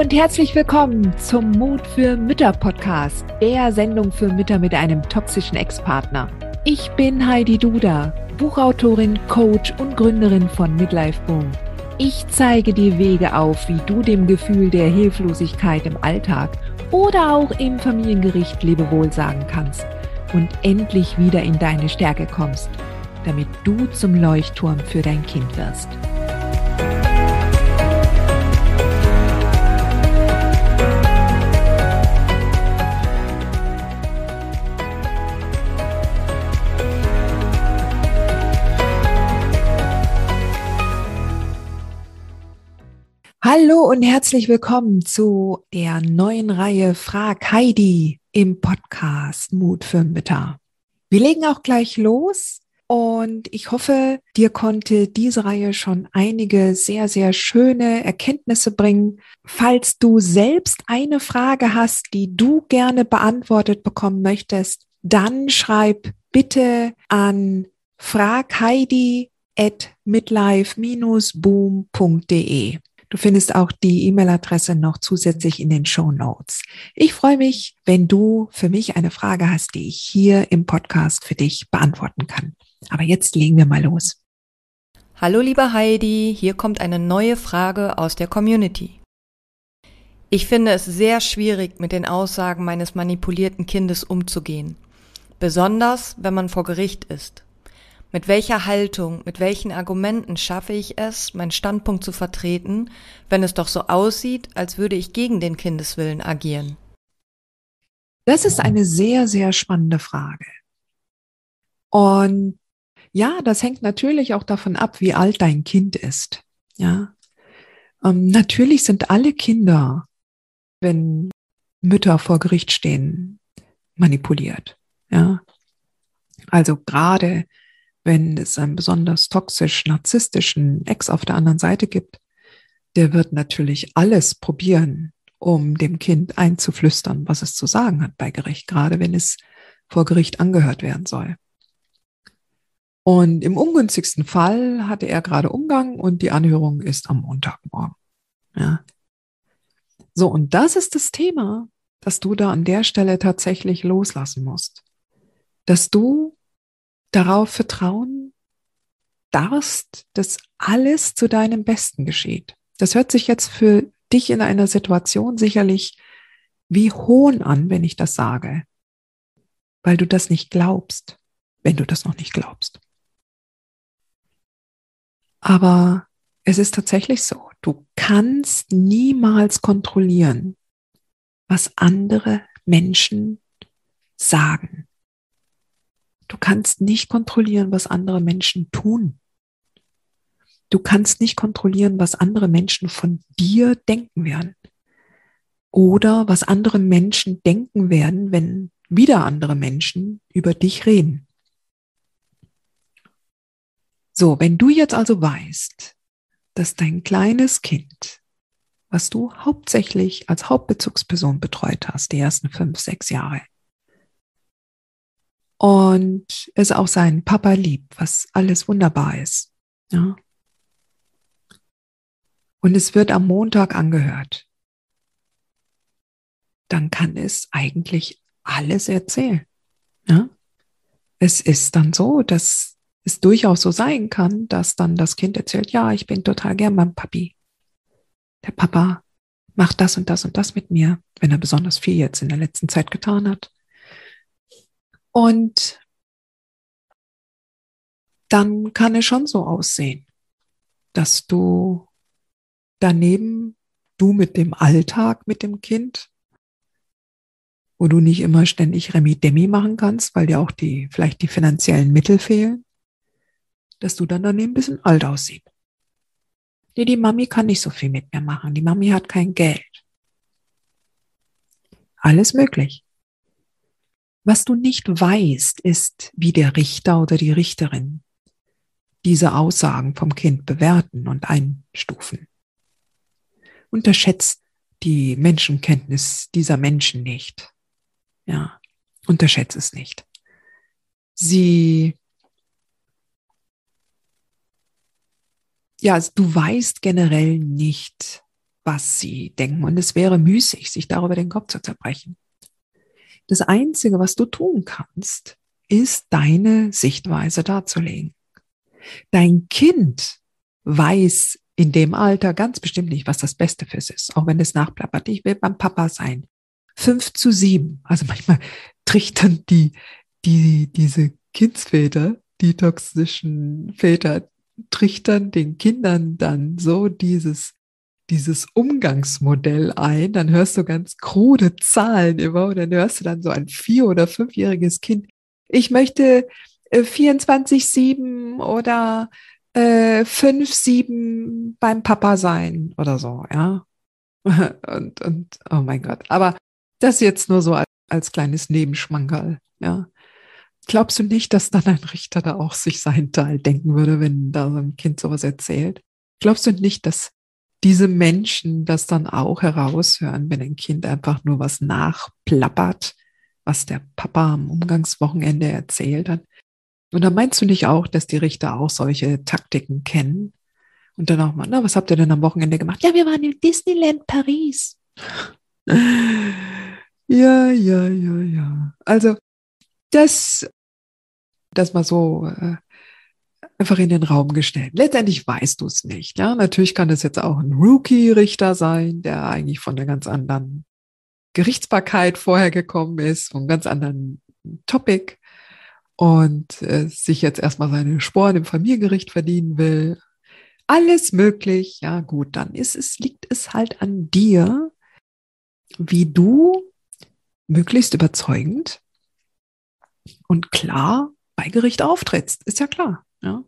und herzlich willkommen zum Mut für Mütter Podcast, der Sendung für Mütter mit einem toxischen Ex-Partner. Ich bin Heidi Duda, Buchautorin, Coach und Gründerin von Midlife Boom. Ich zeige dir Wege auf, wie du dem Gefühl der Hilflosigkeit im Alltag oder auch im Familiengericht Lebewohl sagen kannst und endlich wieder in deine Stärke kommst, damit du zum Leuchtturm für dein Kind wirst. Hallo und herzlich willkommen zu der neuen Reihe Frag Heidi im Podcast Mut für Mütter. Wir legen auch gleich los und ich hoffe, dir konnte diese Reihe schon einige sehr, sehr schöne Erkenntnisse bringen. Falls du selbst eine Frage hast, die du gerne beantwortet bekommen möchtest, dann schreib bitte an fragheidi@midlife-boom.de. Du findest auch die E-Mail-Adresse noch zusätzlich in den Shownotes. Ich freue mich, wenn du für mich eine Frage hast, die ich hier im Podcast für dich beantworten kann. Aber jetzt legen wir mal los. Hallo liebe Heidi, hier kommt eine neue Frage aus der Community. Ich finde es sehr schwierig, mit den Aussagen meines manipulierten Kindes umzugehen. Besonders, wenn man vor Gericht ist. Mit welcher Haltung, mit welchen Argumenten schaffe ich es, meinen Standpunkt zu vertreten, wenn es doch so aussieht, als würde ich gegen den Kindeswillen agieren? Das ist eine sehr, sehr spannende Frage. Und ja, das hängt natürlich auch davon ab, wie alt dein Kind ist. Ja, natürlich sind alle Kinder, wenn Mütter vor Gericht stehen, manipuliert. Ja, also gerade wenn es einen besonders toxisch-narzisstischen Ex auf der anderen Seite gibt, der wird natürlich alles probieren, um dem Kind einzuflüstern, was es zu sagen hat bei Gericht, gerade wenn es vor Gericht angehört werden soll. Und im ungünstigsten Fall hatte er gerade Umgang und die Anhörung ist am Montagmorgen. Ja. So, und das ist das Thema, das du da an der Stelle tatsächlich loslassen musst. Dass du darauf vertrauen darfst, dass alles zu deinem Besten geschieht. Das hört sich jetzt für dich in einer Situation sicherlich wie Hohn an, wenn ich das sage, weil du das nicht glaubst, wenn du das noch nicht glaubst. Aber es ist tatsächlich so, du kannst niemals kontrollieren, was andere Menschen sagen. Du kannst nicht kontrollieren, was andere Menschen tun. Du kannst nicht kontrollieren, was andere Menschen von dir denken werden. Oder was andere Menschen denken werden, wenn wieder andere Menschen über dich reden. So, wenn du jetzt also weißt, dass dein kleines Kind, was du hauptsächlich als Hauptbezugsperson betreut hast, die ersten 5, 6 Jahre, und es auch seinen Papa liebt, was alles wunderbar ist. Ja. Und es wird am Montag angehört. Dann kann es eigentlich alles erzählen. Ja. Es ist dann so, dass es durchaus so sein kann, dass dann das Kind erzählt, ja, ich bin total gern beim Papi. Der Papa macht das und das und das mit mir, wenn er besonders viel jetzt in der letzten Zeit getan hat. Und dann kann es schon so aussehen, dass du daneben, du mit dem Alltag mit dem Kind, wo du nicht immer ständig Remi-Demi machen kannst, weil dir auch vielleicht die finanziellen Mittel fehlen, dass du dann daneben ein bisschen alt aussiehst. Nee, die Mami kann nicht so viel mit mir machen, die Mami hat kein Geld. Alles möglich. Was du nicht weißt, ist, wie der Richter oder die Richterin diese Aussagen vom Kind bewerten und einstufen. Unterschätzt die Menschenkenntnis dieser Menschen nicht. Ja, unterschätzt es nicht. Also du weißt generell nicht, was sie denken. Und es wäre müßig, sich darüber den Kopf zu zerbrechen. Das Einzige, was du tun kannst, ist deine Sichtweise darzulegen. Dein Kind weiß in dem Alter ganz bestimmt nicht, was das Beste für es ist, auch wenn es nachplappert. Ich will beim Papa sein. 5:7. Also manchmal trichtern diese Kindsväter, die toxischen Väter, trichtern den Kindern dann so dieses Umgangsmodell ein. Dann hörst du ganz krude Zahlen immer und dann hörst du dann so ein 4- oder 5-jähriges Kind. Ich möchte 24/7 oder 5/7 beim Papa sein oder so, ja. Und oh mein Gott. Aber das jetzt nur so als kleines Nebenschmankerl, ja. Glaubst du nicht, dass dann ein Richter da auch sich seinen Teil denken würde, wenn da so ein Kind sowas erzählt? Glaubst du nicht, dass diese Menschen das dann auch heraushören, wenn ein Kind einfach nur was nachplappert, was der Papa am Umgangswochenende erzählt hat? Und dann meinst du nicht auch, dass die Richter auch solche Taktiken kennen? Und dann auch mal, na, was habt ihr denn am Wochenende gemacht? Ja, wir waren in Disneyland Paris. Ja. Also das mal so einfach in den Raum gestellt. Letztendlich weißt du es nicht. Ja, natürlich kann es jetzt auch ein Rookie-Richter sein, der eigentlich von einer ganz anderen Gerichtsbarkeit vorher gekommen ist, von einem ganz anderen Topic und sich jetzt erstmal seine Sporen im Familiengericht verdienen will. Alles möglich. Ja, gut, dann liegt es halt an dir, wie du möglichst überzeugend und klar bei Gericht auftrittst. Ist ja klar. Ja.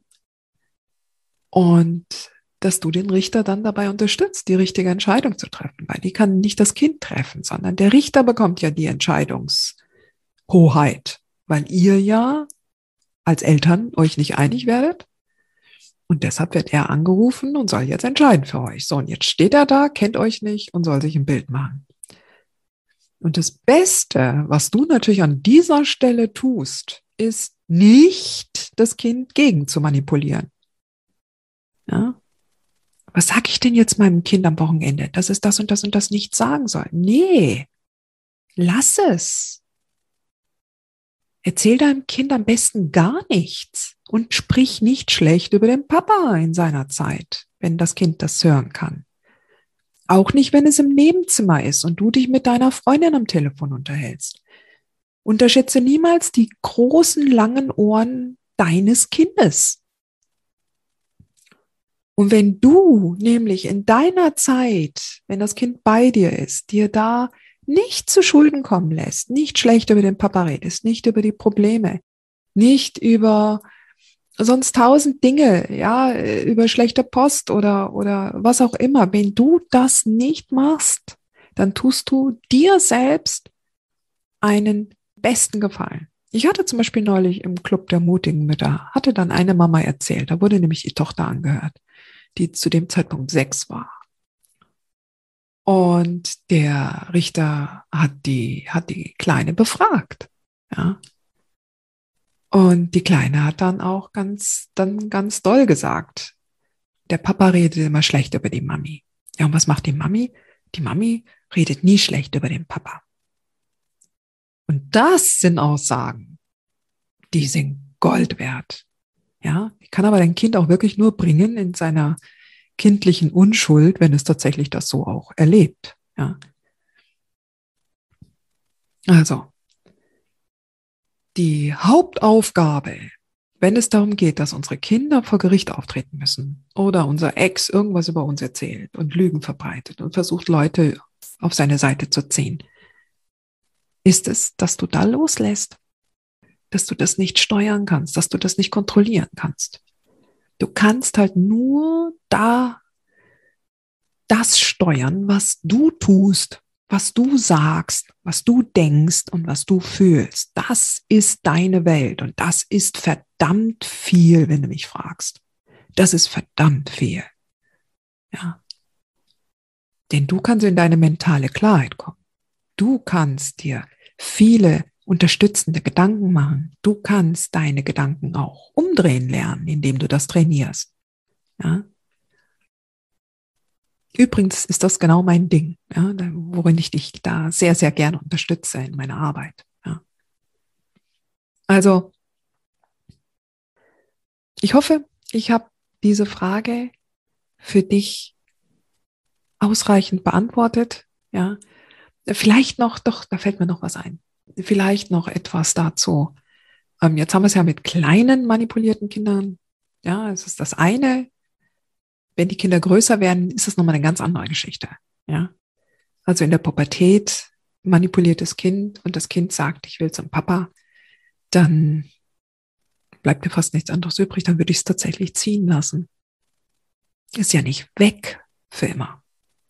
Und dass du den Richter dann dabei unterstützt, die richtige Entscheidung zu treffen, weil die kann nicht das Kind treffen, sondern der Richter bekommt ja die Entscheidungshoheit, weil ihr ja als Eltern euch nicht einig werdet. Und deshalb wird er angerufen und soll jetzt entscheiden für euch. So, und jetzt steht er da, kennt euch nicht und soll sich ein Bild machen. Und das Beste, was du natürlich an dieser Stelle tust, ist nicht, das Kind gegen zu manipulieren. Ja? Was sage ich denn jetzt meinem Kind am Wochenende, dass es das und das und das nicht sagen soll? Nee, lass es. Erzähl deinem Kind am besten gar nichts und sprich nicht schlecht über den Papa in seiner Zeit, wenn das Kind das hören kann. Auch nicht, wenn es im Nebenzimmer ist und du dich mit deiner Freundin am Telefon unterhältst. Unterschätze niemals die großen, langen Ohren deines Kindes. Und wenn du nämlich in deiner Zeit, wenn das Kind bei dir ist, dir da nicht zu Schulden kommen lässt, nicht schlecht über den Papa redest, nicht über die Probleme, nicht über sonst 1000 Dinge, ja, über schlechte Post oder was auch immer. Wenn du das nicht machst, dann tust du dir selbst einen besten Gefallen. Ich hatte zum Beispiel neulich im Club der mutigen Mütter, hatte dann eine Mama erzählt, da wurde nämlich die Tochter angehört, die zu dem Zeitpunkt 6 war. Und der Richter hat die Kleine befragt, ja. Und die Kleine hat dann auch ganz doll gesagt, der Papa redet immer schlecht über die Mami. Ja, und was macht die Mami? Die Mami redet nie schlecht über den Papa. Und das sind Aussagen, die sind Gold wert. Ja, die kann aber dein Kind auch wirklich nur bringen in seiner kindlichen Unschuld, wenn es tatsächlich das so auch erlebt. Ja. Also, die Hauptaufgabe, wenn es darum geht, dass unsere Kinder vor Gericht auftreten müssen oder unser Ex irgendwas über uns erzählt und Lügen verbreitet und versucht, Leute auf seine Seite zu ziehen, ist es, dass du da loslässt, dass du das nicht steuern kannst, dass du das nicht kontrollieren kannst. Du kannst halt nur da das steuern, was du tust, was du sagst, was du denkst und was du fühlst. Das ist deine Welt und das ist verdammt viel, wenn du mich fragst. Das ist verdammt viel. Ja. Denn du kannst in deine mentale Klarheit kommen. Du kannst dir viele unterstützende Gedanken machen. Du kannst deine Gedanken auch umdrehen lernen, indem du das trainierst. Ja. Übrigens ist das genau mein Ding, ja, worin ich dich da sehr, sehr gerne unterstütze in meiner Arbeit. Ja. Also, ich hoffe, ich habe diese Frage für dich ausreichend beantwortet. Ja. Vielleicht noch, doch, da fällt mir noch was ein. Vielleicht noch etwas dazu. Jetzt haben wir es ja mit kleinen manipulierten Kindern. Ja, es ist das eine. Wenn die Kinder größer werden, ist es nochmal eine ganz andere Geschichte. Ja. Also in der Pubertät manipuliertes Kind und das Kind sagt, ich will zum Papa, dann bleibt dir fast nichts anderes übrig, dann würde ich es tatsächlich ziehen lassen. Ist ja nicht weg für immer.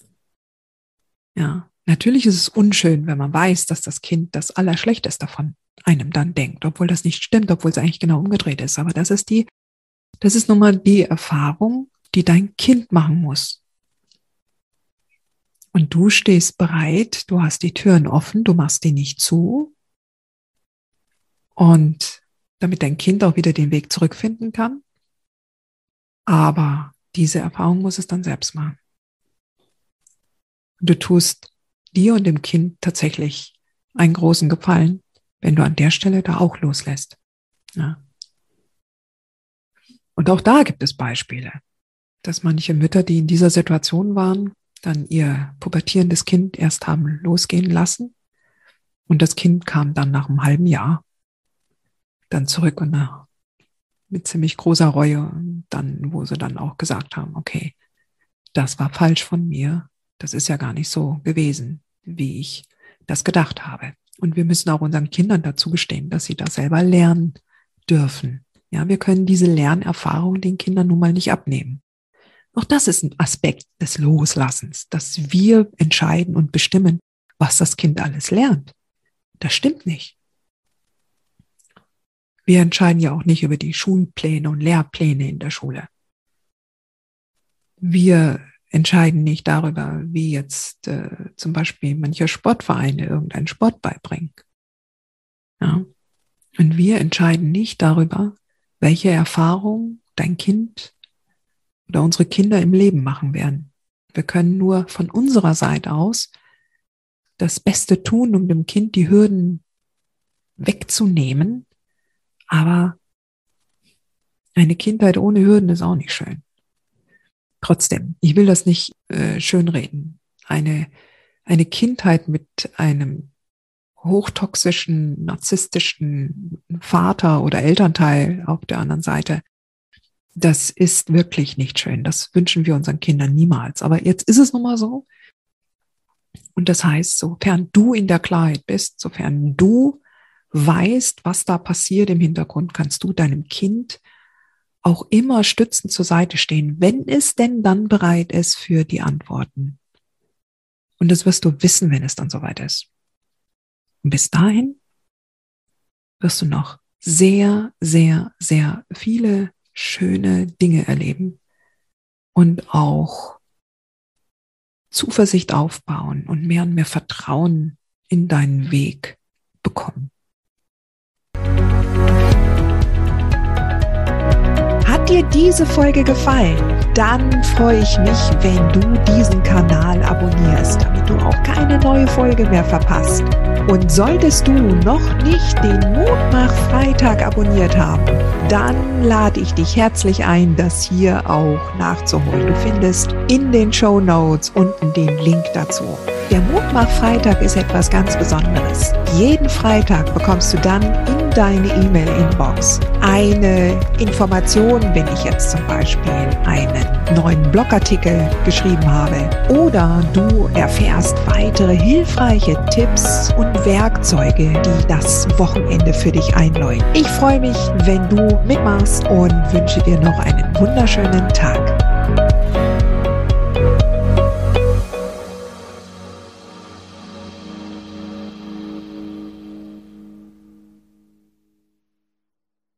Ja, natürlich ist es unschön, wenn man weiß, dass das Kind das Allerschlechteste von einem dann denkt, obwohl das nicht stimmt, obwohl es eigentlich genau umgedreht ist. Aber das ist nun mal die Erfahrung, die dein Kind machen muss. Und du stehst bereit, du hast die Türen offen, du machst die nicht zu. Und damit dein Kind auch wieder den Weg zurückfinden kann. Aber diese Erfahrung muss es dann selbst machen. Und du tust dir und dem Kind tatsächlich einen großen Gefallen, wenn du an der Stelle da auch loslässt. Ja. Und auch da gibt es Beispiele, dass manche Mütter, die in dieser Situation waren, dann ihr pubertierendes Kind erst haben losgehen lassen. Und das Kind kam dann nach einem halben Jahr dann zurück und mit ziemlich großer Reue, dann, wo sie dann auch gesagt haben, okay, das war falsch von mir, das ist ja gar nicht so gewesen, wie ich das gedacht habe. Und wir müssen auch unseren Kindern dazu gestehen, dass sie das selber lernen dürfen. Ja, wir können diese Lernerfahrung den Kindern nun mal nicht abnehmen. Auch das ist ein Aspekt des Loslassens, dass wir entscheiden und bestimmen, was das Kind alles lernt. Das stimmt nicht. Wir entscheiden ja auch nicht über die Schulpläne und Lehrpläne in der Schule. Wir entscheiden nicht darüber, wie jetzt zum Beispiel manche Sportvereine irgendeinen Sport beibringen. Ja? Und wir entscheiden nicht darüber, welche Erfahrung dein Kind oder unsere Kinder im Leben machen werden. Wir können nur von unserer Seite aus das Beste tun, um dem Kind die Hürden wegzunehmen. Aber eine Kindheit ohne Hürden ist auch nicht schön. Trotzdem, ich will das nicht schönreden. Eine Kindheit mit einem hochtoxischen, narzisstischen Vater oder Elternteil auf der anderen Seite, das ist wirklich nicht schön. Das wünschen wir unseren Kindern niemals. Aber jetzt ist es nun mal so. Und das heißt, sofern du in der Klarheit bist, sofern du weißt, was da passiert im Hintergrund, kannst du deinem Kind auch immer stützend zur Seite stehen, wenn es denn dann bereit ist für die Antworten. Und das wirst du wissen, wenn es dann soweit ist. Und bis dahin wirst du noch sehr, sehr, sehr viele schöne Dinge erleben und auch Zuversicht aufbauen und mehr Vertrauen in deinen Weg bekommen. Hat dir diese Folge gefallen? Dann freue ich mich, wenn du diesen Kanal abonnierst, damit du auch keine neue Folge mehr verpasst. Und solltest du noch nicht den Mutmach-Freitag abonniert haben, dann lade ich dich herzlich ein, das hier auch nachzuholen. Du findest in den Shownotes unten den Link dazu. Der Mutmach-Freitag ist etwas ganz Besonderes. Jeden Freitag bekommst du dann in deine E-Mail-Inbox eine Information, wenn ich jetzt zum Beispiel einen neuen Blogartikel geschrieben habe, oder du erfährst weitere hilfreiche Tipps und Werkzeuge, die das Wochenende für dich einläuten. Ich freue mich, wenn du mitmachst und wünsche dir noch einen wunderschönen Tag.